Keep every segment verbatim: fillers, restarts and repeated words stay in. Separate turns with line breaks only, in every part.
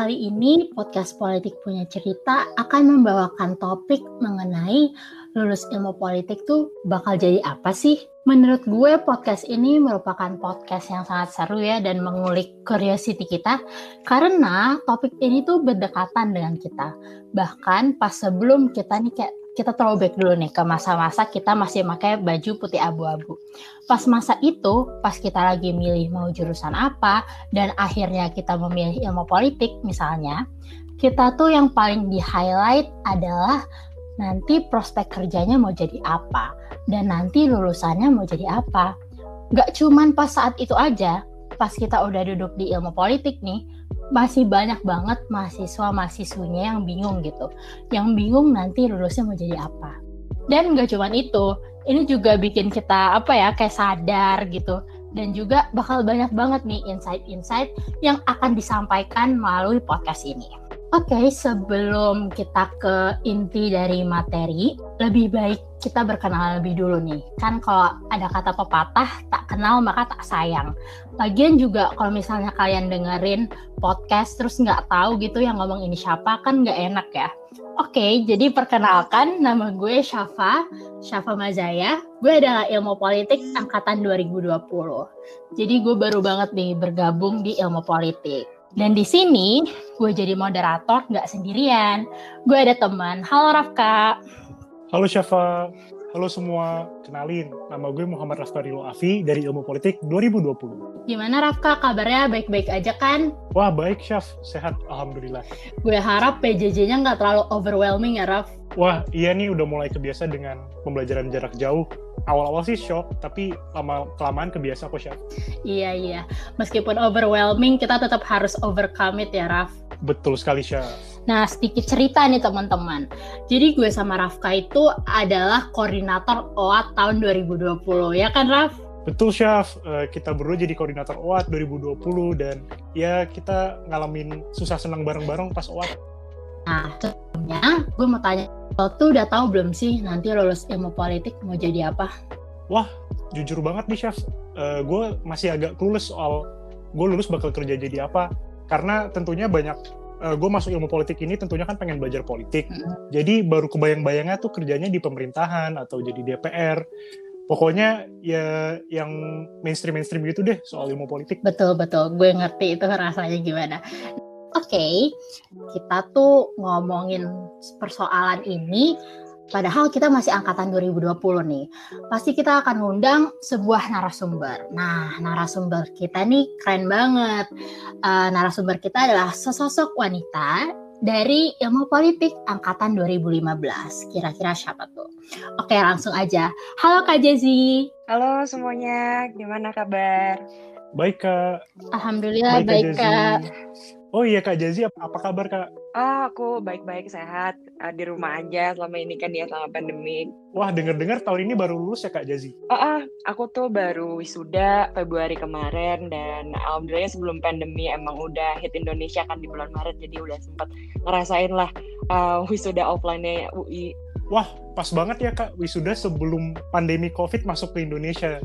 Kali ini podcast Politik Punya Cerita akan membawakan topik mengenai lulus ilmu politik tuh bakal jadi apa sih? Menurut gue podcast ini merupakan podcast yang sangat seru ya dan mengulik curiosity kita karena topik ini tuh berdekatan dengan kita. Bahkan pas sebelum kita nih kayak kita throwback dulu nih ke masa-masa kita masih pakai baju putih abu-abu. Pas masa itu, pas kita lagi milih mau jurusan apa, dan akhirnya kita memilih ilmu politik misalnya, kita tuh yang paling di-highlight adalah nanti prospek kerjanya mau jadi apa, dan nanti lulusannya mau jadi apa. Gak cuman pas saat itu aja, pas kita udah duduk di ilmu politik nih, masih banyak banget mahasiswa-mahasiswinya yang bingung gitu. Yang bingung nanti lulusnya mau jadi apa. Dan gak cuman itu, ini juga bikin kita apa ya kayak sadar gitu. Dan juga bakal banyak banget nih insight-insight yang akan disampaikan melalui podcast ini. Oke, okay, sebelum kita ke inti dari materi, lebih baik kita berkenalan lebih dulu nih. Kan kalau ada kata pepatah, tak kenal maka tak sayang. Lagian juga kalau misalnya kalian dengerin podcast terus nggak tahu gitu yang ngomong ini siapa, kan nggak enak ya. Oke, okay, jadi perkenalkan nama gue Syafa, Syafa Mazaya. Gue adalah ilmu politik angkatan dua ribu dua puluh. Jadi gue baru banget nih bergabung di ilmu politik. Dan di sini gue jadi moderator nggak sendirian. Gue ada teman. Halo Rafka.
Halo Syafa. Halo semua. Kenalin, nama gue Muhammad Rafka Rilo Afi dari Ilmu Politik dua ribu dua puluh.
Gimana Rafka? Kabarnya baik-baik aja kan?
Wah baik Syaf, sehat alhamdulillah.
Gue harap P J J-nya nggak terlalu overwhelming ya Raf.
Wah iya nih udah mulai kebiasa dengan pembelajaran jarak jauh. Awal-awal sih shock, tapi lama-kelamaan kebiasa kok Syaf.
Iya, iya. Meskipun overwhelming, kita tetap harus overcome it ya, Raf.
Betul sekali, Syaf.
Nah, sedikit cerita nih teman-teman. Jadi gue sama Rafka itu adalah koordinator O A T tahun dua ribu dua puluh, ya kan Raf?
Betul, Syaf. Kita berdua jadi koordinator O A T dua ribu dua puluh, dan ya kita ngalamin susah senang bareng-bareng pas O A T.
Nah, sebelumnya gue mau tanya, lo tuh udah tahu belum sih nanti lulus ilmu politik mau jadi apa?
Wah, jujur banget nih Syaf, uh, gue masih agak clueless soal gue lulus bakal kerja jadi apa. Karena tentunya banyak, uh, gue masuk ilmu politik ini tentunya kan pengen belajar politik. Mm-hmm. Jadi baru kebayang-bayangnya tuh kerjanya di pemerintahan atau jadi D P R. Pokoknya ya yang mainstream-mainstream gitu deh soal ilmu politik.
Betul-betul, gue ngerti itu rasanya gimana. Oke, okay, kita tuh ngomongin persoalan ini, padahal kita masih angkatan dua ribu dua puluh nih. Pasti kita akan ngundang sebuah narasumber. Nah, narasumber kita nih keren banget. Uh, narasumber kita adalah sesosok wanita dari ilmu politik angkatan dua ribu lima belas. Kira-kira siapa tuh? Oke, langsung aja. Halo Kak Jezi.
Halo semuanya, gimana kabar?
Baik Kak.
Alhamdulillah baik, baik Kak.
Oh iya Kak Jazi, apa, apa kabar Kak?
Oh aku baik-baik sehat, uh, di rumah aja selama ini kan ya selama pandemi.
Wah dengar-dengar tahun ini baru lulus ya Kak Jazi?
Oh, oh aku tuh baru wisuda Februari kemarin dan alhamdulillah sebelum pandemi emang udah hit Indonesia kan di bulan Maret, jadi udah sempat ngerasain lah uh, wisuda offline-nya U I.
Wah pas banget ya Kak, wisuda sebelum pandemi COVID masuk ke Indonesia.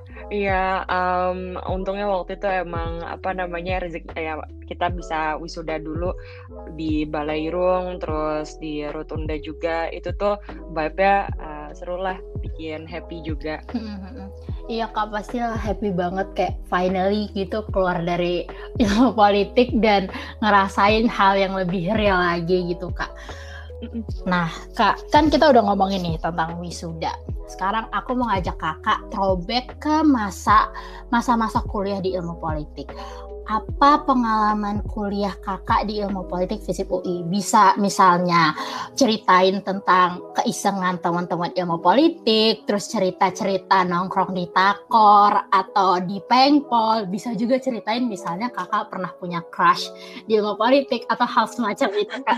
Iya, um, untungnya waktu itu emang apa namanya rezeki ya kita bisa wisuda dulu di Balairung, terus di Rotunda juga. Itu tuh vibe-nya uh, seru lah, bikin happy juga.
Iya Kak, pastilah happy banget kayak finally gitu keluar dari ilmu politik dan ngerasain hal yang lebih real lagi gitu Kak. Nah Kak, kan kita udah ngomongin nih tentang wisuda. Sekarang aku mau ngajak kakak throwback ke masa masa-masa kuliah di ilmu politik. Apa pengalaman kuliah kakak di ilmu politik FISIP U I? Bisa misalnya ceritain tentang keisengan teman-teman ilmu politik, terus cerita-cerita nongkrong di Takor atau di Pengpol. Bisa juga ceritain misalnya kakak pernah punya crush di ilmu politik atau hal semacam itu Kak.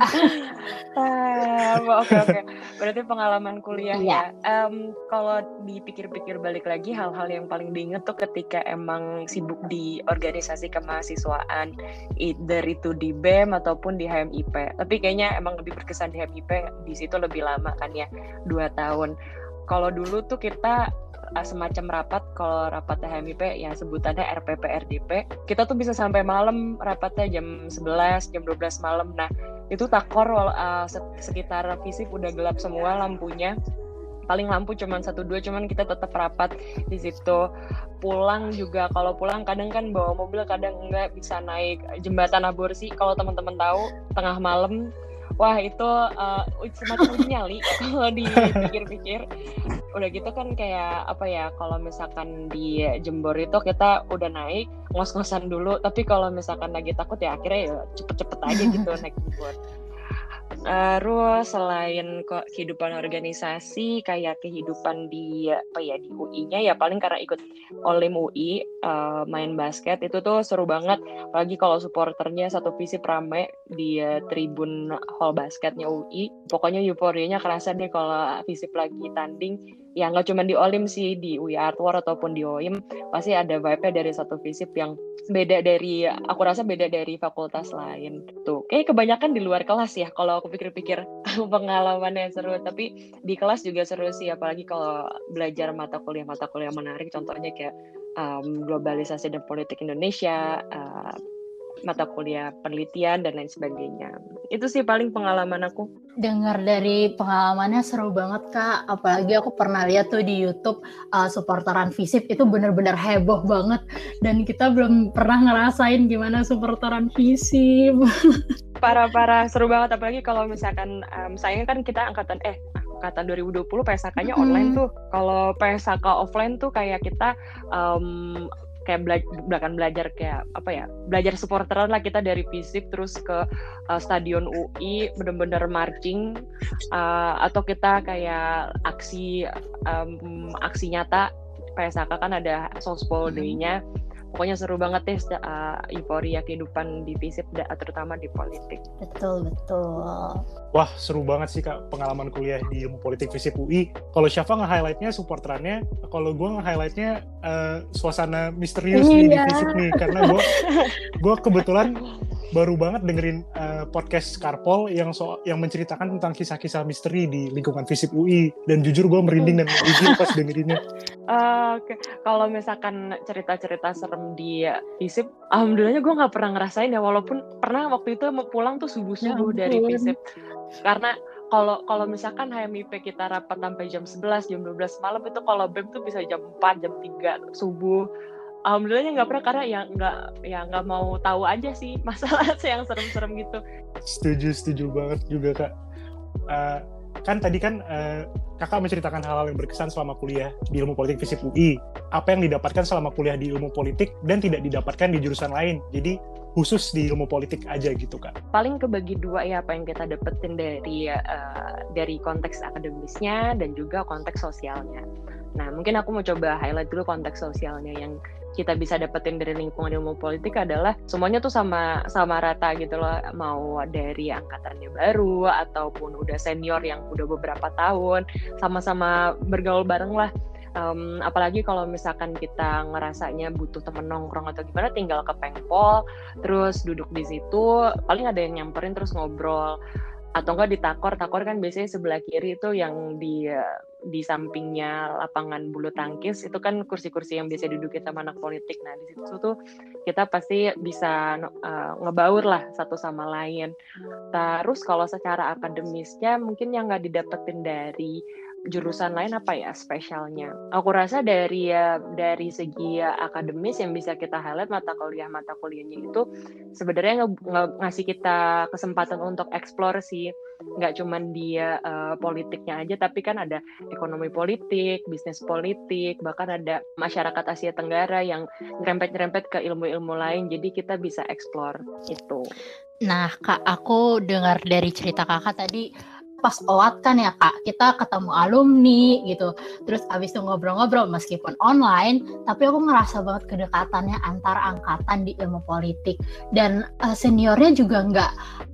uh, oke oke. Berarti pengalaman kuliah
iya.
ya. Um, kalau dipikir-pikir balik lagi, hal-hal yang paling diinget tuh ketika emang sibuk di organisasi kemahasiswaan, either itu di B E M ataupun di H M I P. Tapi kayaknya emang lebih berkesan di H M I P, di situ lebih lama kan ya, dua tahun. kalau dulu tuh kita semacam rapat, kalau rapat H M I P yang sebutannya R P P R D P, kita tuh bisa sampai malam rapatnya jam sebelas, jam dua belas malam. Nah itu takor uh, sekitar FISIP udah gelap semua lampunya, paling lampu cuman satu dua, cuman kita tetap rapat di situ. Pulang juga, kalau pulang kadang kan bawa mobil, kadang enggak, bisa naik jembatan aborsi kalau teman-teman tahu, tengah malam. Wah itu uh, semacam uji nyali kalau dipikir-pikir. Udah gitu kan kayak apa ya, kalau misalkan di Jember itu kita udah naik ngos-ngosan dulu, tapi kalau misalkan lagi takut ya akhirnya ya cepet-cepet aja gitu naik Jember. Terus selain kok kehidupan organisasi, kayak kehidupan di apa ya di U I-nya ya paling karena ikut Olim U I, uh, main basket itu tuh seru banget. Apalagi kalau supporternya satu FISIP rame di uh, tribun hall basketnya U I. Pokoknya euforianya kerasa deh kalau FISIP lagi tanding. Ya nggak cuma di Olim sih, di U I Artwar ataupun di O I M pasti ada vibe-nya dari satu FISIP yang beda dari, aku rasa beda dari fakultas lain. Tuh, kayak kebanyakan di luar kelas ya kalau aku pikir-pikir pengalamannya seru, tapi di kelas juga seru sih, apalagi kalau belajar mata kuliah-mata kuliah menarik, contohnya kayak um, globalisasi dan politik Indonesia, uh, mata kuliah penelitian dan lain sebagainya. Itu sih paling pengalaman aku.
Dengar dari pengalamannya seru banget Kak, apalagi aku pernah lihat tuh di YouTube uh, supporteran FISIP itu benar-benar heboh banget, dan kita belum pernah ngerasain gimana supporteran FISIP.
Parah-parah, seru banget, apalagi kalau misalkan um, sayangnya kan kita angkatan eh angkatan dua ribu dua puluh P S H K-nya mm-hmm. online tuh. Kalau P S H K offline tuh kayak kita um, kayak bela- bahkan belajar kayak apa ya, belajar supporteran lah kita dari FISIP terus ke uh, stadion U I bener-bener marching, uh, atau kita kayak aksi um, aksi nyata P S H K kan ada Sospol Day-nya. Pokoknya seru banget deh uh, euforia kehidupan di FISIP, terutama di politik.
Betul, betul.
Wah, seru banget sih Kak pengalaman kuliah di ilmu politik FISIP U I. Kalau Syafa nge-highlight-nya supporterannya, kalau gue nge-highlight-nya uh, suasana misterius nih di FISIP nih. Karena gue gue kebetulan baru banget dengerin uh, podcast Karpol yang so yang menceritakan tentang kisah-kisah misteri di lingkungan FISIP U I. Dan jujur gue merinding dan merinding pas dengerinnya.
Uh, Oke, okay. Kalau misalkan cerita-cerita serem di FISIP, alhamdulillahnya gue nggak pernah ngerasain ya, walaupun pernah waktu itu pulang tuh subuh-subuh ya, dari FISIP. Karena kalau kalau misalkan H M I P kita rapat sampai jam sebelas, jam dua belas malam, itu kalau B E M tuh bisa jam empat, jam tiga subuh. Alhamdulillahnya nggak pernah, karena ya nggak ya nggak mau tahu aja sih masalah yang serem-serem gitu.
Setuju, setuju banget juga Kak. Uh, kan tadi kan uh, kakak menceritakan hal-hal yang berkesan selama kuliah di ilmu politik FISIP U I. Apa yang didapatkan selama kuliah di ilmu politik dan tidak didapatkan di jurusan lain. Jadi khusus di ilmu politik aja gitu Kak.
Paling kebagi dua ya apa yang kita dapetin dari uh, dari konteks akademisnya dan juga konteks sosialnya. Nah mungkin aku mau coba highlight dulu konteks sosialnya. Yang kita bisa dapetin dari lingkungan ilmu politik adalah semuanya tuh sama sama rata gitu loh, mau dari angkatannya baru ataupun udah senior yang udah beberapa tahun, sama-sama bergaul bareng lah. Um, apalagi kalau misalkan kita ngerasanya butuh temen nongkrong atau gimana, tinggal ke Pengpol terus duduk di situ, paling ada yang nyamperin terus ngobrol. Atau enggak di Takor, Takor kan biasanya sebelah kiri itu yang di di sampingnya lapangan bulu tangkis, itu kan kursi-kursi yang biasa didudukin sama anak politik. Nah di situ tuh kita pasti bisa uh, ngebaur lah satu sama lain. Terus kalau secara akademisnya mungkin yang nggak didapetin dari jurusan lain apa ya spesialnya? Aku rasa dari ya, dari segi ya, akademis yang bisa kita highlight mata kuliah mata kuliahnya itu sebenarnya nge- nge- ngasih kita kesempatan untuk eksplorasi, nggak cuma di uh, politiknya aja, tapi kan ada ekonomi politik, bisnis politik, bahkan ada masyarakat Asia Tenggara yang nyerempet-nyerempet ke ilmu-ilmu lain. Jadi kita bisa eksplor itu.
Nah Kak, aku dengar dari cerita kakak tadi, pas O A T kan ya Kak, kita ketemu alumni gitu, terus abis itu ngobrol-ngobrol meskipun online, tapi aku ngerasa banget kedekatannya antar angkatan di ilmu politik, dan uh, seniornya juga nggak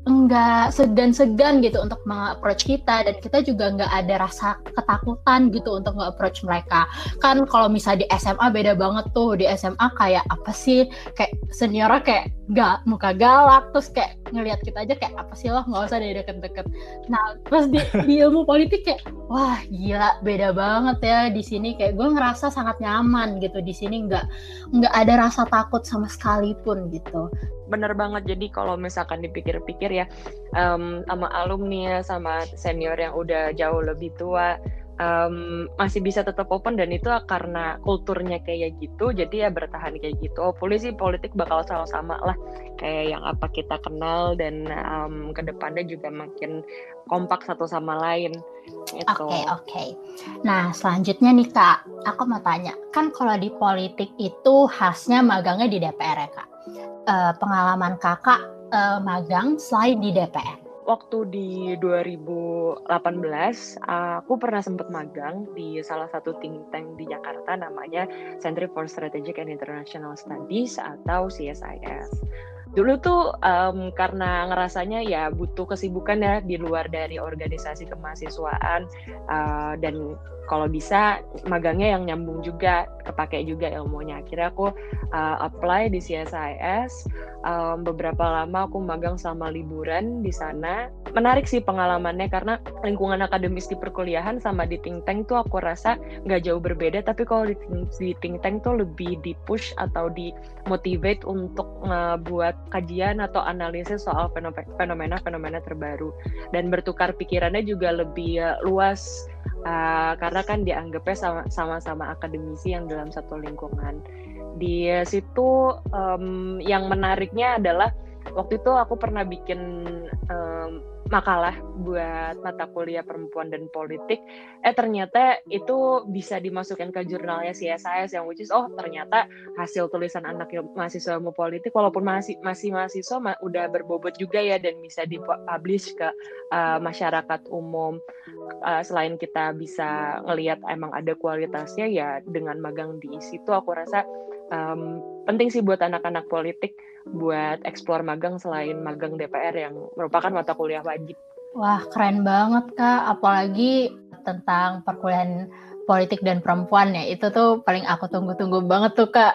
nggak segan-segan gitu untuk meng-approach kita, dan kita juga nggak ada rasa ketakutan gitu untuk nge-approach mereka. Kan kalau misalnya di S M A beda banget tuh, di S M A kayak apa sih, kayak seniornya kayak gak muka galak, terus kayak ngelihat kita aja kayak apa sih lo, nggak usah deh deket-deket. Nah terus di, di ilmu politik kayak wah gila beda banget ya di sini, kayak gue ngerasa sangat nyaman gitu di sini, nggak nggak ada rasa takut sama sekalipun gitu.
Bener banget, jadi kalau misalkan dipikir-pikir ya um, sama alumni sama senior yang udah jauh lebih tua um, masih bisa tetap open, dan itu karena kulturnya kayak gitu, jadi ya bertahan kayak gitu. Oh, polisi politik bakal selalu sama lah kayak yang apa kita kenal, dan um, kedepannya juga makin kompak satu sama lain.
Oke gitu. Oke. Okay. Nah selanjutnya nih Kak, aku mau tanya, kan kalau di politik itu khasnya magangnya di D P R ya Kak. Uh, pengalaman kakak uh, magang selain di D P R?
Waktu di dua ribu delapan belas, aku pernah sempat magang di salah satu think tank di Jakarta namanya Center for Strategic and International Studies atau C S I S. Dulu tuh um, karena ngerasanya ya butuh kesibukan ya di luar dari organisasi kemahasiswaan, uh, dan kalau bisa magangnya yang nyambung juga, kepake juga ilmunya. Akhirnya aku uh, apply di C S I S. Um, beberapa lama aku magang selama liburan di sana. Menarik sih pengalamannya karena lingkungan akademis di perkuliahan sama di think tank tuh aku rasa nggak jauh berbeda. Tapi kalau di, di think tank tuh lebih di push atau di motivate untuk ngebuat kajian atau analisis soal fenomena-fenomena terbaru, dan bertukar pikirannya juga lebih uh, luas. Uh, karena kan dianggapnya sama, sama-sama akademisi yang dalam satu lingkungan. Di situ um, yang menariknya adalah waktu itu aku pernah bikin um, makalah buat mata kuliah perempuan dan politik. Eh ternyata itu bisa dimasukkan ke jurnalnya C S I S, yang which is oh ternyata hasil tulisan anak mahasiswa ilmu politik walaupun masih masih mahasiswa ma- udah berbobot juga ya, dan bisa dipublish ke uh, masyarakat umum. Uh, selain kita bisa ngelihat emang ada kualitasnya ya, dengan magang di situ aku rasa um, penting sih buat anak-anak politik buat explore magang selain magang D P R yang merupakan mata kuliah wajib.
Wah keren banget Kak, apalagi tentang perkuliahan politik dan perempuan ya, itu tuh paling aku tunggu-tunggu banget tuh Kak.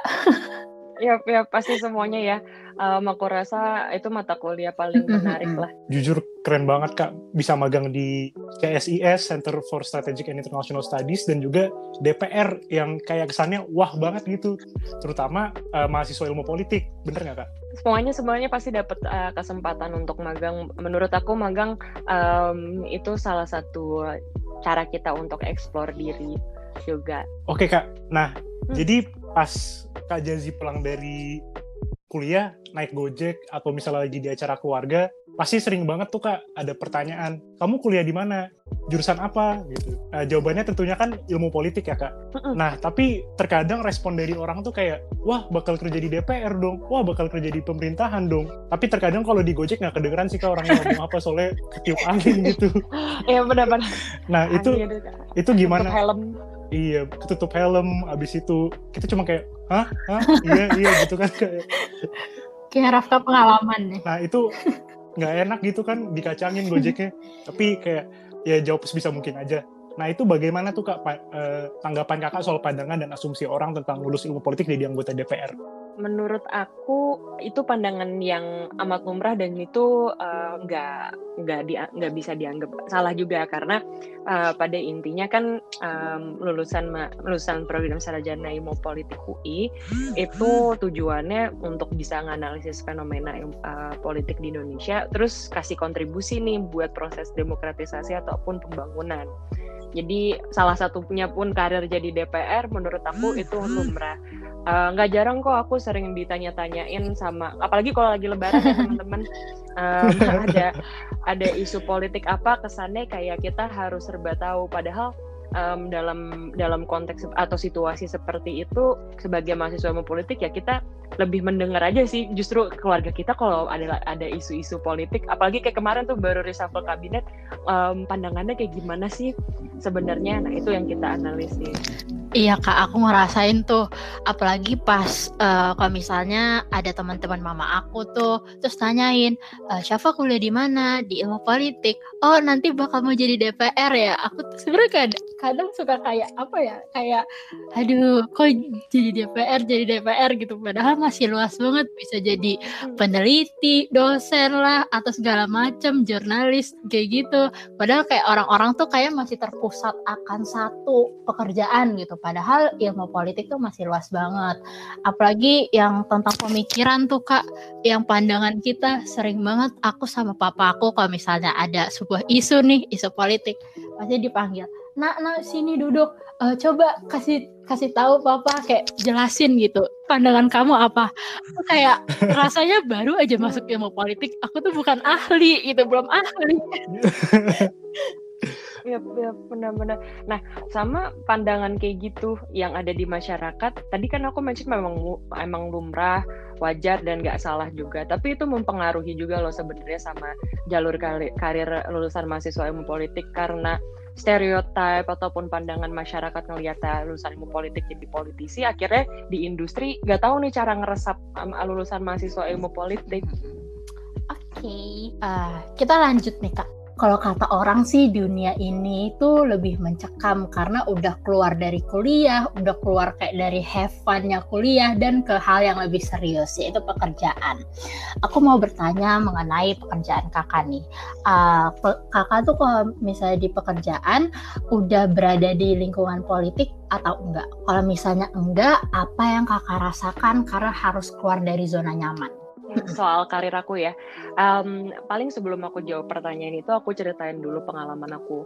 Ya, ya pasti semuanya ya. Um, aku rasa itu mata kuliah paling menarik lah.
Jujur keren banget Kak, bisa magang di C S I S, Center for Strategic and International Studies, dan juga D P R yang kayak kesannya wah banget gitu. Terutama uh, mahasiswa ilmu politik, bener nggak Kak?
Semuanya semuanya pasti dapat uh, kesempatan untuk magang. Menurut aku magang um, itu salah satu cara kita untuk explore diri juga.
Oke Kak, nah hmm. jadi pas Kak Jazi pulang dari kuliah naik Gojek atau misalnya lagi di acara keluarga, pasti sering banget tuh Kak ada pertanyaan, kamu kuliah di mana? Jurusan apa? Gitu. Nah, jawabannya tentunya kan ilmu politik ya Kak. Nah tapi terkadang respon dari orang tuh kayak, wah bakal kerja di D P R dong, wah bakal kerja di pemerintahan dong. Tapi terkadang kalau di Gojek nggak kedengeran sih Kak orangnya ngomong apa, soalnya ketiup angin gitu.
Iya benar-benar.
Nah itu itu gimana?
Helm.
Iya, ketutup helm, abis itu kita cuma kayak, hah? Hah? Iya, iya gitu kan. Kayak,
kayak Rafka pengalaman nih.
Nah itu nggak enak gitu kan, dikacangin Gojeknya. Tapi kayak, ya jawab sebisa mungkin aja. Nah itu bagaimana tuh Kak, pa- eh, tanggapan Kakak soal pandangan dan asumsi orang tentang lulus ilmu politik jadi anggota D P R?
Menurut aku itu pandangan yang amat lumrah, dan itu uh, nggak nggak dia nggak bisa dianggap salah juga, karena uh, pada intinya kan um, lulusan lulusan program sarjana ilmu politik U I itu tujuannya untuk bisa menganalisis fenomena uh, politik di Indonesia, terus kasih kontribusi nih buat proses demokratisasi ataupun pembangunan. Jadi salah satunya pun karir jadi D P R menurut aku itu lumrah. Nggak uh, jarang kok aku sering ditanya-tanyain sama, apalagi kalau lagi lebaran ya teman-teman, um, ada ada isu politik apa, kesannya kayak kita harus serba tahu, padahal um, dalam dalam konteks atau situasi seperti itu sebagai mahasiswa ilmu politik ya kita lebih mendengar aja sih. Justru keluarga kita kalau ada ada isu-isu politik, apalagi kayak kemarin tuh baru reshuffle kabinet, um, pandangannya kayak gimana sih sebenarnya. Nah itu yang kita analisis.
Iya Kak, aku ngerasain tuh, apalagi pas uh, kalau misalnya ada teman-teman mama aku tuh, terus tanyain, e, Syafa kuliah di mana? Di ilmu politik. Oh nanti bakal mau jadi D P R ya? Aku tuh sebenarnya kadang, kadang suka kayak apa ya? Kayak, aduh, kok jadi D P R, jadi D P R gitu. Padahal masih luas banget, bisa jadi peneliti, dosen lah, atau segala macam, jurnalis kayak gitu. Padahal kayak orang-orang tuh kayak masih terpusat akan satu pekerjaan gitu. Padahal ilmu politik tuh masih luas banget. Apalagi yang tentang pemikiran tuh Kak, yang pandangan kita sering banget aku sama papa aku kalau misalnya ada sebuah isu nih, isu politik, pasti dipanggil, nak, nak sini duduk, uh, coba kasih kasih tahu papa, kayak jelasin gitu, pandangan kamu apa. Aku kayak rasanya baru aja masuk ilmu politik, aku tuh bukan ahli gitu, belum ahli.
Iya, ya, benar-benar. Nah, sama pandangan kayak gitu yang ada di masyarakat. Tadi kan aku mention memang emang lumrah, wajar dan nggak salah juga. Tapi itu mempengaruhi juga loh sebenarnya sama jalur karir, karir lulusan mahasiswa ilmu politik, karena stereotip ataupun pandangan masyarakat ngelihat lulusan ilmu politik jadi politisi, akhirnya di industri nggak tahu nih cara ngeresap lulusan mahasiswa ilmu politik.
Oke, okay. uh, kita lanjut nih Kak. Kalau kata orang sih dunia ini tuh lebih mencekam karena udah keluar dari kuliah, udah keluar kayak dari have fun-nya kuliah dan ke hal yang lebih serius, yaitu pekerjaan. Aku mau bertanya mengenai pekerjaan kakak nih. Uh, kakak tuh kalau misalnya di pekerjaan udah berada di lingkungan politik atau enggak? Kalau misalnya enggak, apa yang kakak rasakan karena harus keluar dari zona nyaman?
Soal karir aku ya, um, paling sebelum aku jawab pertanyaan itu, aku ceritain dulu pengalaman aku.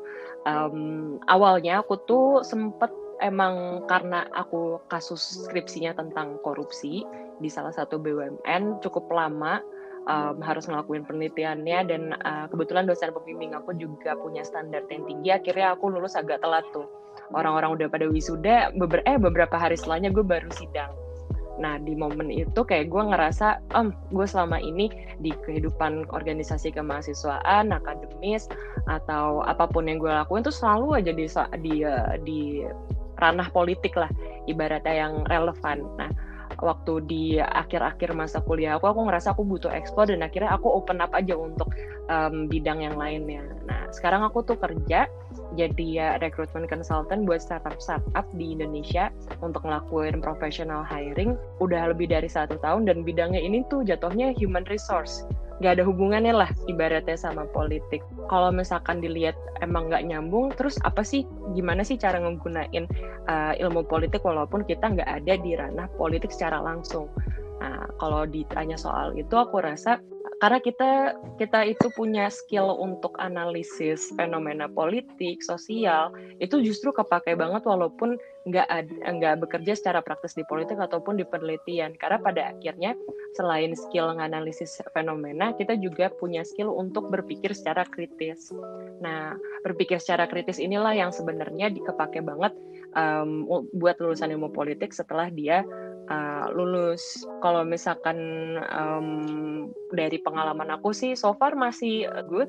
Um, awalnya aku tuh sempet emang karena aku kasus skripsinya tentang korupsi di salah satu B U M N cukup lama, um, harus ngelakuin penelitiannya, dan uh, kebetulan dosen pembimbing aku juga punya standar yang tinggi. Akhirnya aku lulus agak telat tuh. Orang-orang udah pada wisuda, beber- eh beberapa hari setelahnya gue baru sidang. Nah, di momen itu kayak gue ngerasa, om, gue selama ini di kehidupan organisasi kemahasiswaan, akademis, atau apapun yang gue lakuin tuh selalu aja di, di, di ranah politik lah, ibaratnya yang relevan. Nah, waktu di akhir-akhir masa kuliah aku, aku ngerasa aku butuh explore, dan akhirnya aku open up aja untuk um, bidang yang lainnya. Nah, sekarang aku tuh kerja jadi ya recruitment consultant buat startup-startup di Indonesia untuk ngelakuin professional hiring udah lebih dari satu tahun, dan bidangnya ini tuh jatuhnya human resource, nggak ada hubungannya lah ibaratnya sama politik. Kalau misalkan dilihat emang nggak nyambung, terus apa sih, gimana sih cara nggunain uh, ilmu politik walaupun kita nggak ada di ranah politik secara langsung. Nah, kalau ditanya soal itu, aku rasa karena kita kita itu punya skill untuk analisis fenomena politik, sosial, itu justru kepakai banget walaupun nggak nggak bekerja secara praktis di politik ataupun di penelitian. Karena pada akhirnya selain skill menganalisis fenomena, kita juga punya skill untuk berpikir secara kritis. Nah, berpikir secara kritis inilah yang sebenarnya dikepake banget um, buat lulusan ilmu politik setelah dia uh, lulus. Kalau misalkan um, dari pengalaman aku sih, so far masih good.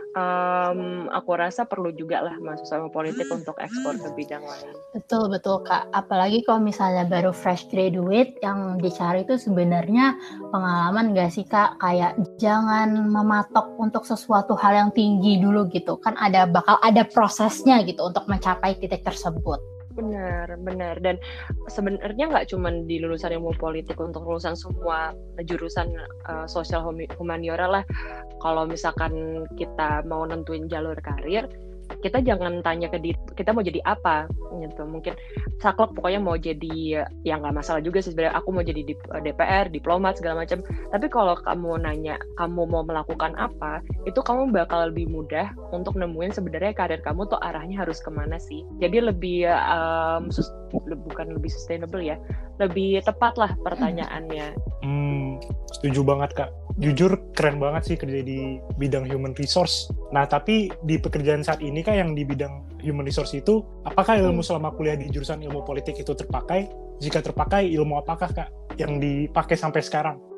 Um, aku rasa perlu juga lah mahasiswa ilmu politik untuk ekspor ke bidang lain.
Betul betul Kak. Apalagi kalau misalnya baru fresh graduate, yang dicari itu sebenarnya pengalaman nggak sih Kak? Kayak jangan mematok untuk sesuatu hal yang tinggi dulu gitu. Kan ada bakal ada prosesnya gitu untuk mencapai titik tersebut.
Benar, benar. Dan sebenarnya nggak cuma di lulusan ilmu politik, untuk lulusan semua jurusan uh, sosial humaniora lah. Kalau misalkan kita mau nentuin jalur karir, kita jangan tanya ke diri kita mau jadi apa gitu. Mungkin saklek pokoknya mau jadi, ya nggak masalah juga sih sebenarnya, aku mau jadi D P R, diplomat segala macam. Tapi kalau kamu nanya kamu mau melakukan apa, itu kamu bakal lebih mudah untuk nemuin sebenarnya karir kamu tuh arahnya harus kemana sih. Jadi lebih um, sus- bukan lebih sustainable ya, lebih tepat lah pertanyaannya.
Hmm, setuju banget Kak. Jujur keren banget sih kerja di bidang human resource. Nah, tapi di pekerjaan saat ini Kak, yang di bidang human resource itu, apakah ilmu selama kuliah di jurusan ilmu politik itu terpakai? Jika terpakai, ilmu apakah Kak yang dipakai sampai sekarang?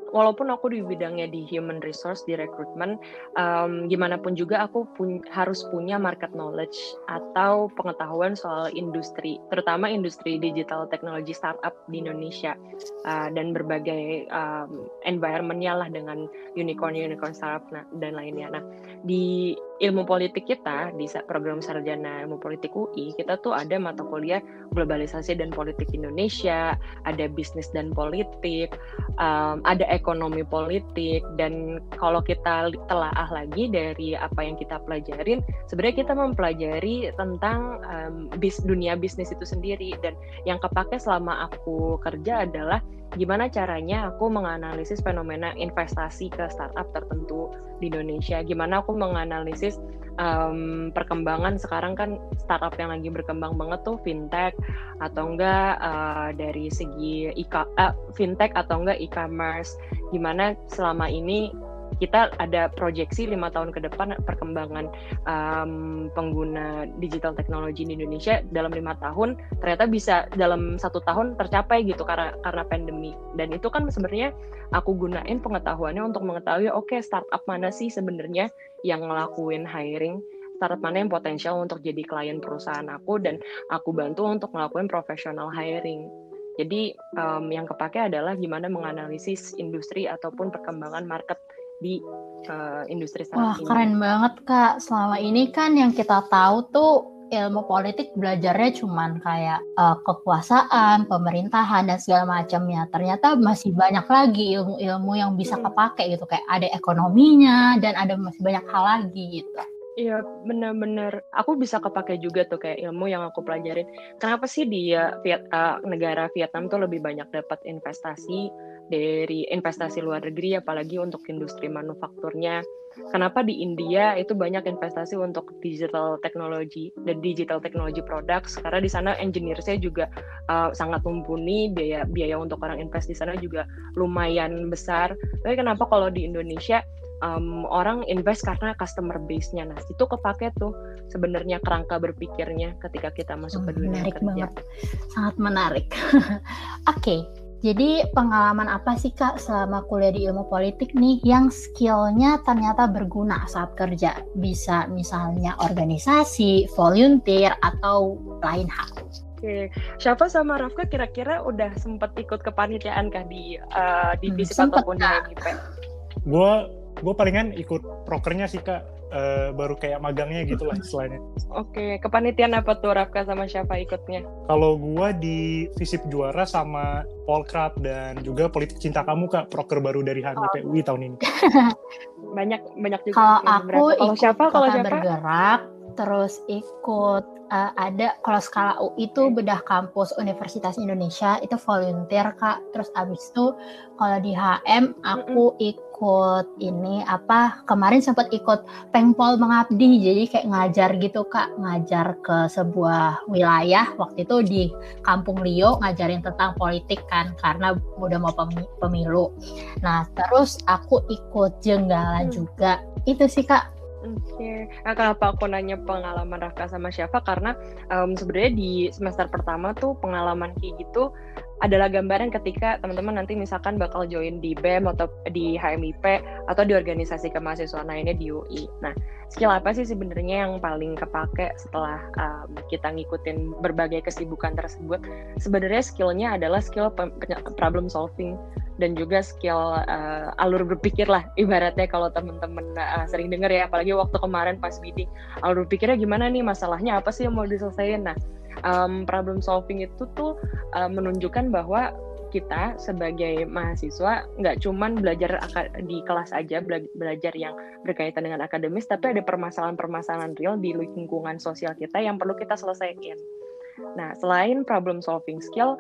walaupun aku di bidangnya di human resource, di recruitment, um, gimana pun juga aku pun, harus punya market knowledge atau pengetahuan soal industri, terutama industri digital technology startup di Indonesia, uh, dan berbagai um, environment-nya lah dengan unicorn-unicorn startup nah, dan lainnya. Nah, di ilmu politik kita, di program sarjana ilmu politik U I, kita tuh ada mata kuliah globalisasi dan politik Indonesia, ada bisnis dan politik, um, ada ekonomi politik, dan kalau kita telaah lagi dari apa yang kita pelajarin, sebenarnya kita mempelajari tentang um, bis, dunia bisnis itu sendiri, dan yang kepake selama aku kerja adalah gimana caranya aku menganalisis fenomena investasi ke startup tertentu di Indonesia, gimana aku menganalisis um, perkembangan sekarang kan startup yang lagi berkembang banget tuh fintech atau enggak uh, dari segi e- uh, fintech atau enggak e-commerce, gimana selama ini kita ada proyeksi lima tahun ke depan perkembangan um, pengguna digital teknologi di Indonesia dalam lima tahun ternyata bisa dalam satu tahun tercapai gitu karena karena pandemi. Dan itu kan sebenarnya aku gunain pengetahuannya untuk mengetahui oke okay, startup mana sih sebenarnya yang ngelakuin hiring, startup mana yang potensial untuk jadi klien perusahaan aku, dan aku bantu untuk ngelakuin professional hiring. Jadi um, yang kepake adalah gimana menganalisis industri ataupun perkembangan market di uh, industri startup.
Wah,
ini.
Keren banget Kak. Selama ini kan yang kita tahu tuh ilmu politik belajarnya cuman kayak uh, kekuasaan, pemerintahan dan segala macamnya. Ternyata masih banyak lagi ilmu-ilmu yang bisa
hmm.
kepake gitu, kayak ada ekonominya dan ada masih banyak hal lagi gitu.
Iya, benar-benar. Aku bisa kepake juga tuh kayak ilmu yang aku pelajarin. Kenapa sih di uh, Viet, uh, negara Vietnam tuh lebih banyak dapat investasi dari investasi luar negeri, apalagi untuk industri manufakturnya. Kenapa di India itu banyak investasi untuk digital technology dan digital technology products, karena di sana engineer-nya juga uh, sangat mumpuni, biaya biaya untuk orang invest di sana juga lumayan besar. Tapi kenapa kalau di Indonesia um, orang invest karena customer base-nya? Nah, itu kepake tuh sebenarnya kerangka berpikirnya ketika kita masuk ke dunia
menarik
kerja.
Banget. Sangat menarik. Oke. Okay. Jadi pengalaman apa sih Kak selama kuliah di ilmu politik nih yang skillnya ternyata berguna saat kerja? Bisa misalnya organisasi, volunteer, atau lain hal.
Oke, Syafa sama Rafka kira-kira udah sempat ikut kepanitiaan kah di uh, divisi
hmm,
ataupun di H M I P?
Gue gue palingan ikut prokernya sih Kak, uh, baru kayak magangnya gitu lah istilahnya.
Oke, kepanitiaan apa tuh Rafka sama Syafa ikutnya?
Kalau gue di Visip Juara sama Polkrab dan juga Politik Cinta Kamu Kak, proker baru dari H M I P U I tahun ini.
banyak banyak juga.
Kalau aku
kalau
ikut
Syafa, kalau Syafa
bergerak, terus ikut uh, ada kalau skala U I itu bedah kampus Universitas Indonesia itu volunteer Kak. Terus abis itu kalau di H M aku Mm-mm. ikut ini apa kemarin sempat ikut Pengpol Mengabdi, jadi kayak ngajar gitu Kak, ngajar ke sebuah wilayah waktu itu di Kampung Lio, ngajarin tentang politik kan karena udah mau pemilu. Nah terus aku ikut Jenggala hmm. juga, itu sih Kak.
Oke, okay. Nah, kenapa aku nanya pengalaman Rafka sama Syafa, karena um, sebenarnya di semester pertama tuh pengalaman kayak gitu adalah gambaran ketika teman-teman nanti misalkan bakal join di B E M atau di H M I P atau di organisasi kemahasiswaan lainnya di U I. Nah, skill apa sih sebenarnya yang paling kepake setelah um, kita ngikutin berbagai kesibukan tersebut? Sebenarnya skillnya adalah skill problem solving dan juga skill uh, alur berpikir lah ibaratnya, kalau teman-teman uh, sering dengar ya, apalagi waktu kemarin pas bidding, alur berpikirnya gimana nih, masalahnya apa sih yang mau diselesaikan. Nah, um, problem solving itu tuh uh, menunjukkan bahwa kita sebagai mahasiswa nggak cuman belajar di kelas aja, belajar yang berkaitan dengan akademis, tapi ada permasalahan-permasalahan real di lingkungan sosial kita yang perlu kita selesaikan. Nah, selain problem solving skill,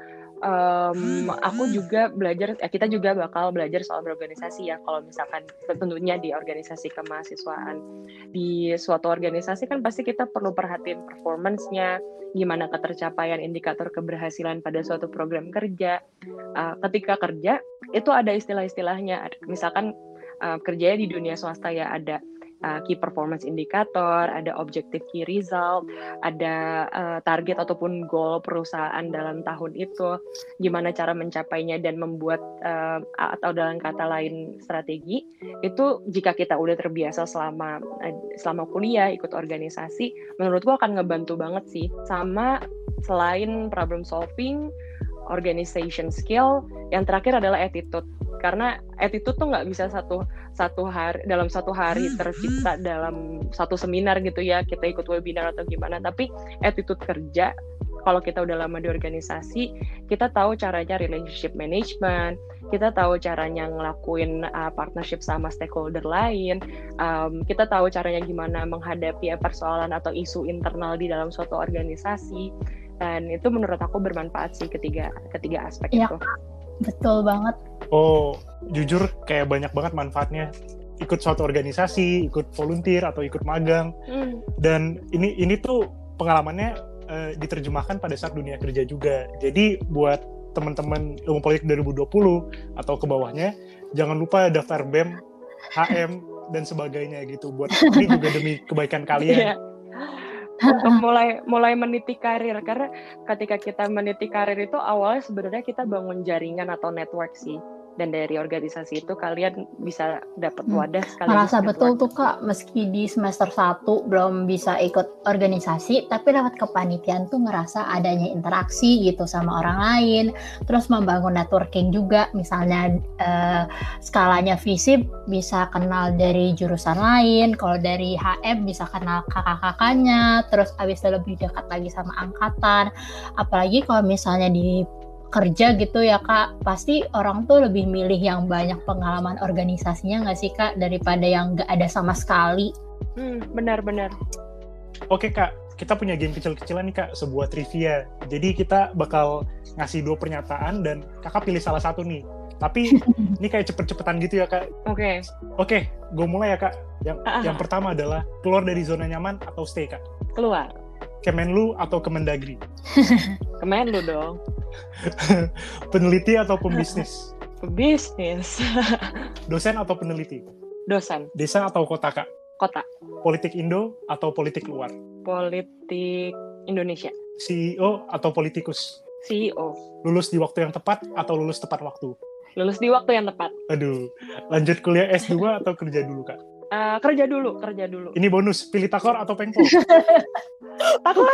Um, aku juga belajar, eh, kita juga bakal belajar soal berorganisasi ya. Kalau misalkan tentunya di organisasi kemahasiswaan, di suatu organisasi kan pasti kita perlu perhatiin performance-nya, gimana ketercapaian indikator keberhasilan pada suatu program kerja. Uh, ketika kerja itu ada istilah-istilahnya, misalkan uh, kerjanya di dunia swasta ya, ada uh, key performance indicator, ada objective key result, ada uh, target ataupun goal perusahaan dalam tahun itu, gimana cara mencapainya dan membuat uh, atau dalam kata lain strategi. Itu jika kita udah terbiasa selama uh, selama kuliah ikut organisasi, menurutku akan ngebantu banget sih. Sama selain problem solving, organization skill, yang terakhir adalah attitude. Karena attitude tuh nggak bisa satu satu hari dalam satu hari tercipta dalam satu seminar gitu ya, kita ikut webinar atau gimana. Tapi attitude kerja, kalau kita udah lama di organisasi, kita tahu caranya relationship management, kita tahu caranya ngelakuin uh, partnership sama stakeholder lain, um, kita tahu caranya gimana menghadapi persoalan atau isu internal di dalam suatu organisasi. Dan itu menurut aku bermanfaat sih ketiga ketiga aspek
ya,
itu.
Betul banget.
Oh, jujur kayak banyak banget manfaatnya. Ikut suatu organisasi, ikut volunteer atau ikut magang. Hmm. Dan ini ini tuh pengalamannya uh, diterjemahkan pada saat dunia kerja juga. Jadi buat teman-teman ilmu politik dua ribu dua puluh atau ke bawahnya, jangan lupa daftar B E M, H M dan sebagainya gitu. Buat ini juga demi kebaikan kalian. Yeah.
Untuk mulai mulai meniti karir, karena ketika kita meniti karir itu awalnya sebenarnya kita bangun jaringan atau network sih, dan dari organisasi itu kalian bisa dapat wadah
hmm.
sekali.
Merasa betul tuh Kak, meski di semester satu belum bisa ikut organisasi, tapi lewat kepanitiaan tuh ngerasa adanya interaksi gitu sama orang lain, terus membangun networking juga, misalnya eh, skalanya FISIP bisa kenal dari jurusan lain, kalau dari H M bisa kenal kakak-kakaknya, terus abis itu lebih dekat lagi sama angkatan. Apalagi kalau misalnya di kerja gitu ya Kak, pasti orang tuh lebih milih yang banyak pengalaman organisasinya nggak sih Kak, daripada yang nggak ada sama sekali.
Hmm, benar-benar.
Oke Kak, kita punya game kecil-kecilan nih Kak, sebuah trivia. Jadi kita bakal ngasih dua pernyataan dan Kakak pilih salah satu nih. Tapi ini kayak cepet-cepetan gitu ya Kak.
Oke.
Okay. Oke, okay, gue mulai ya Kak. Yang uh-huh. yang pertama adalah keluar dari zona nyaman atau stay Kak?
Keluar.
Kemenlu atau Kemendagri?
Kemenlu dong.
Peneliti atau pembisnis?
Pembisnis.
Dosen atau peneliti?
Dosen.
Desa atau kota Kak?
Kota.
Politik Indo atau politik luar?
Politik Indonesia.
C E O atau politikus?
C E O.
Lulus di waktu yang tepat atau lulus tepat waktu?
Lulus di waktu yang tepat.
Aduh, lanjut kuliah S dua atau kerja dulu Kak?
Uh, kerja dulu, kerja dulu.
Ini bonus, pilih takor atau pengpol?
Takor.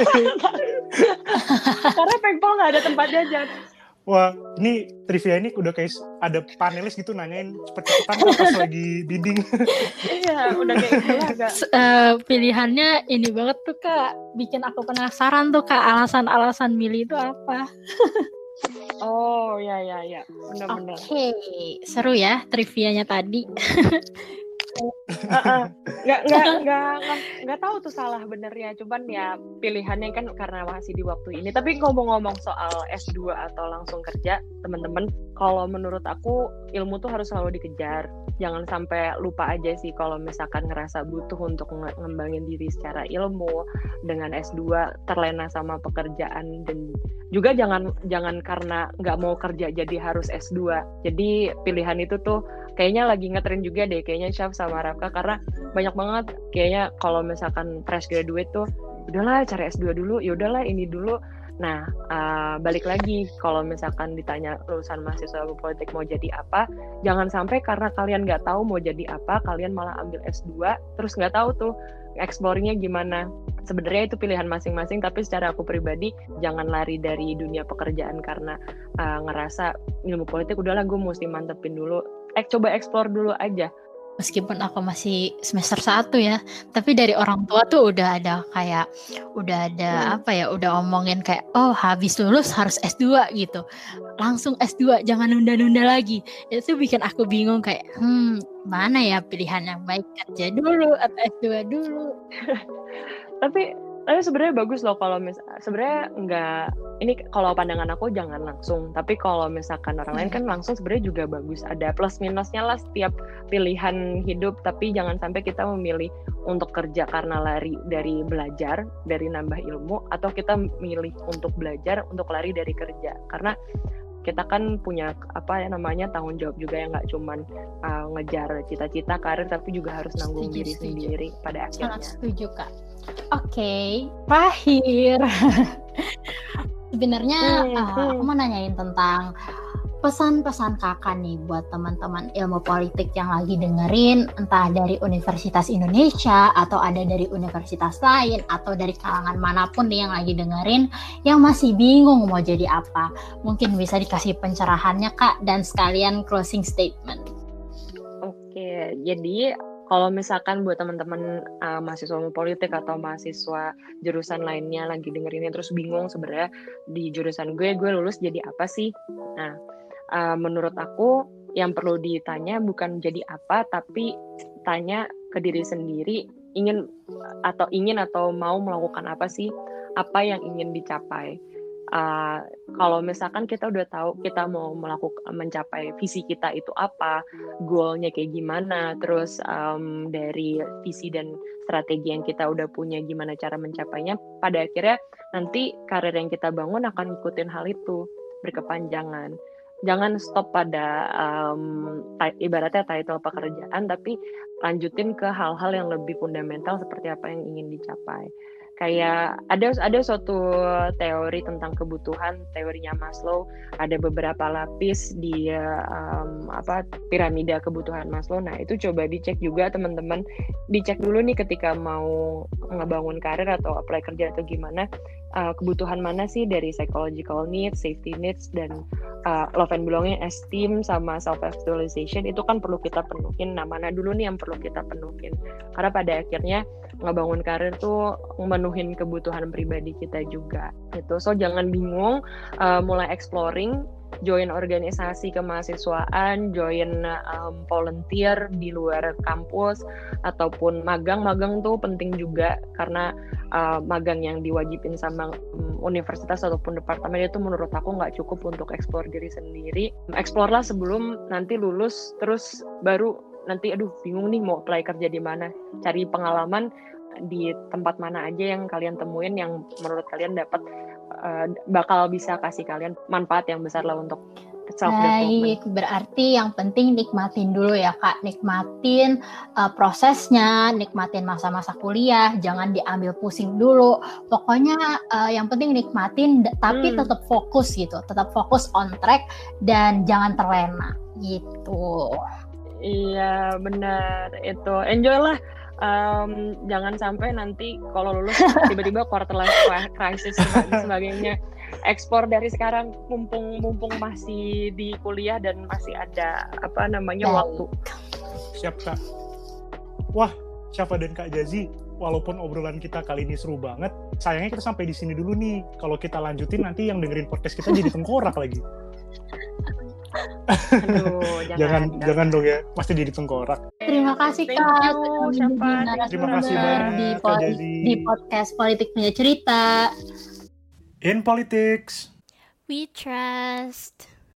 Karena pengpol nggak ada tempat jajan.
Wah, ini trivia ini udah kayak ada panelis gitu nanyain cepet-cepetan pas lagi bidding.
Iya, udah kayak gitu lah Kak.
Uh, pilihannya ini banget tuh Kak, bikin aku penasaran tuh Kak, alasan-alasan milih itu apa.
Oh, ya ya ya, benar-benar.
Oke, okay. Seru ya trivianya tadi.
uh-uh. nggak nggak nggak nggak tahu tuh salah benernya, cuman ya pilihannya kan karena masih di waktu ini. Tapi ngomong-ngomong soal S dua atau langsung kerja, teman-teman, kalau menurut aku ilmu tuh harus selalu dikejar. Jangan sampai lupa aja sih kalau misalkan ngerasa butuh untuk ngembangin diri secara ilmu dengan S dua, terlena sama pekerjaan, dan juga jangan jangan karena nggak mau kerja jadi harus S dua. Jadi pilihan itu tuh kayaknya lagi ngetren juga deh, kayaknya Syaf sama Rafka, karena banyak banget kayaknya kalau misalkan fresh graduate tuh udahlah cari S dua dulu, ya udahlah ini dulu. Nah, uh, balik lagi kalau misalkan ditanya lulusan mahasiswa politik mau jadi apa, jangan sampai karena kalian nggak tahu mau jadi apa, kalian malah ambil S dua terus nggak tahu tuh explore-nya gimana. Sebenarnya itu pilihan masing-masing, tapi secara aku pribadi jangan lari dari dunia pekerjaan karena uh, ngerasa ilmu politik udahlah gue mesti mantepin dulu. Eh, coba explore dulu aja.
Meskipun aku masih semester satu ya, tapi dari orang tua tuh udah ada kayak, udah ada hmm. apa ya, udah omongin kayak, oh habis lulus harus S dua gitu. Langsung S dua, jangan nunda-nunda lagi. Itu bikin aku bingung kayak, hmm mana ya pilihan yang baik, kerja dulu atau S dua dulu.
Tapi tapi sebenarnya bagus loh kalau mis sebenarnya enggak, ini kalau pandangan aku jangan langsung, tapi kalau misalkan orang lain kan langsung sebenarnya juga bagus. Ada plus minusnya lah setiap pilihan hidup, tapi jangan sampai kita memilih untuk kerja karena lari dari belajar, dari nambah ilmu, atau kita milih untuk belajar untuk lari dari kerja. Karena kita kan punya apa ya namanya tanggung jawab juga yang nggak cuman uh, ngejar cita-cita karir tapi juga harus nanggung
Setuju,
diri
setuju.
sendiri pada akhirnya.
Sangat setuju Kak. Oke, terakhir. Sebenarnya
Hmm,
uh,
hmm.
aku mau nanyain tentang pesan-pesan kakak nih buat teman-teman ilmu politik yang lagi dengerin, entah dari Universitas Indonesia atau ada dari universitas lain atau dari kalangan manapun nih yang lagi dengerin yang masih bingung mau jadi apa. Mungkin bisa dikasih pencerahannya Kak dan sekalian closing statement.
Oke, jadi kalau misalkan buat teman-teman uh, mahasiswa ilmu politik atau mahasiswa jurusan lainnya lagi dengerinnya terus bingung sebenarnya di jurusan gue, gue lulus jadi apa sih? Nah, uh, menurut aku yang perlu ditanya bukan jadi apa, tapi tanya ke diri sendiri ingin atau ingin atau mau melakukan apa sih? Apa yang ingin dicapai? Uh, kalau misalkan kita udah tahu kita mau melakukan mencapai visi kita itu apa, goalnya kayak gimana, terus um, dari visi dan strategi yang kita udah punya gimana cara mencapainya, pada akhirnya nanti karir yang kita bangun akan ngikutin hal itu berkepanjangan. Jangan stop pada um, t- ibaratnya title pekerjaan, tapi lanjutin ke hal-hal yang lebih fundamental seperti apa yang ingin dicapai. Kayak ada ada suatu teori tentang kebutuhan, teorinya Maslow, ada beberapa lapis di um, apa piramida kebutuhan Maslow. Nah, itu coba dicek juga teman-teman. Dicek dulu nih ketika mau ngebangun karir atau apply kerja atau gimana, uh, kebutuhan mana sih dari psychological needs, safety needs, dan uh, love and belonging, esteem, sama self actualization itu kan perlu kita penuhin. Nah, mana dulu nih yang perlu kita penuhin? Karena pada akhirnya ngebangun karir tuh memenuhin kebutuhan pribadi kita juga gitu. So jangan bingung, uh, mulai exploring, join organisasi kemahasiswaan, join um, volunteer di luar kampus ataupun magang. Magang tuh penting juga karena uh, magang yang diwajibin sama um, universitas ataupun departemen itu menurut aku nggak cukup untuk explore diri sendiri. Explore lah sebelum nanti lulus, terus baru nanti aduh bingung nih mau apply kerja di mana. Cari pengalaman di tempat mana aja yang kalian temuin yang menurut kalian dapat uh, bakal bisa kasih kalian manfaat yang besar lah untuk self development.
Baik, berarti yang penting nikmatin dulu ya Kak, nikmatin uh, prosesnya, nikmatin masa-masa kuliah, jangan diambil pusing dulu. Pokoknya uh, yang penting nikmatin, tapi hmm. tetap fokus gitu, tetap fokus on track dan jangan terlena gitu.
Iya benar, itu enjoy lah. Um, jangan sampai nanti kalau lulus tiba-tiba quarter life crisis dan sebagainya. Ekspor dari sekarang mumpung mumpung masih di kuliah dan masih ada apa namanya
Baik.
waktu.
Siap Kak. Wah, Syafa dan Kak Jazi, walaupun obrolan kita kali ini seru banget, sayangnya kita sampai di sini dulu nih. Kalau kita lanjutin nanti yang dengerin podcast kita jadi tengkorak lagi.
Aduh, jangan,
jangan, jangan dong ya, pasti jadi tengkorak.
Terima kasih
Thank
Kak
you,
sudah menjadi
Syafa.
narasumber
Terima kasih banyak,
di,
Kak
pod-
Jazi.
di podcast Politik Punya Cerita.
In Politics.
We trust.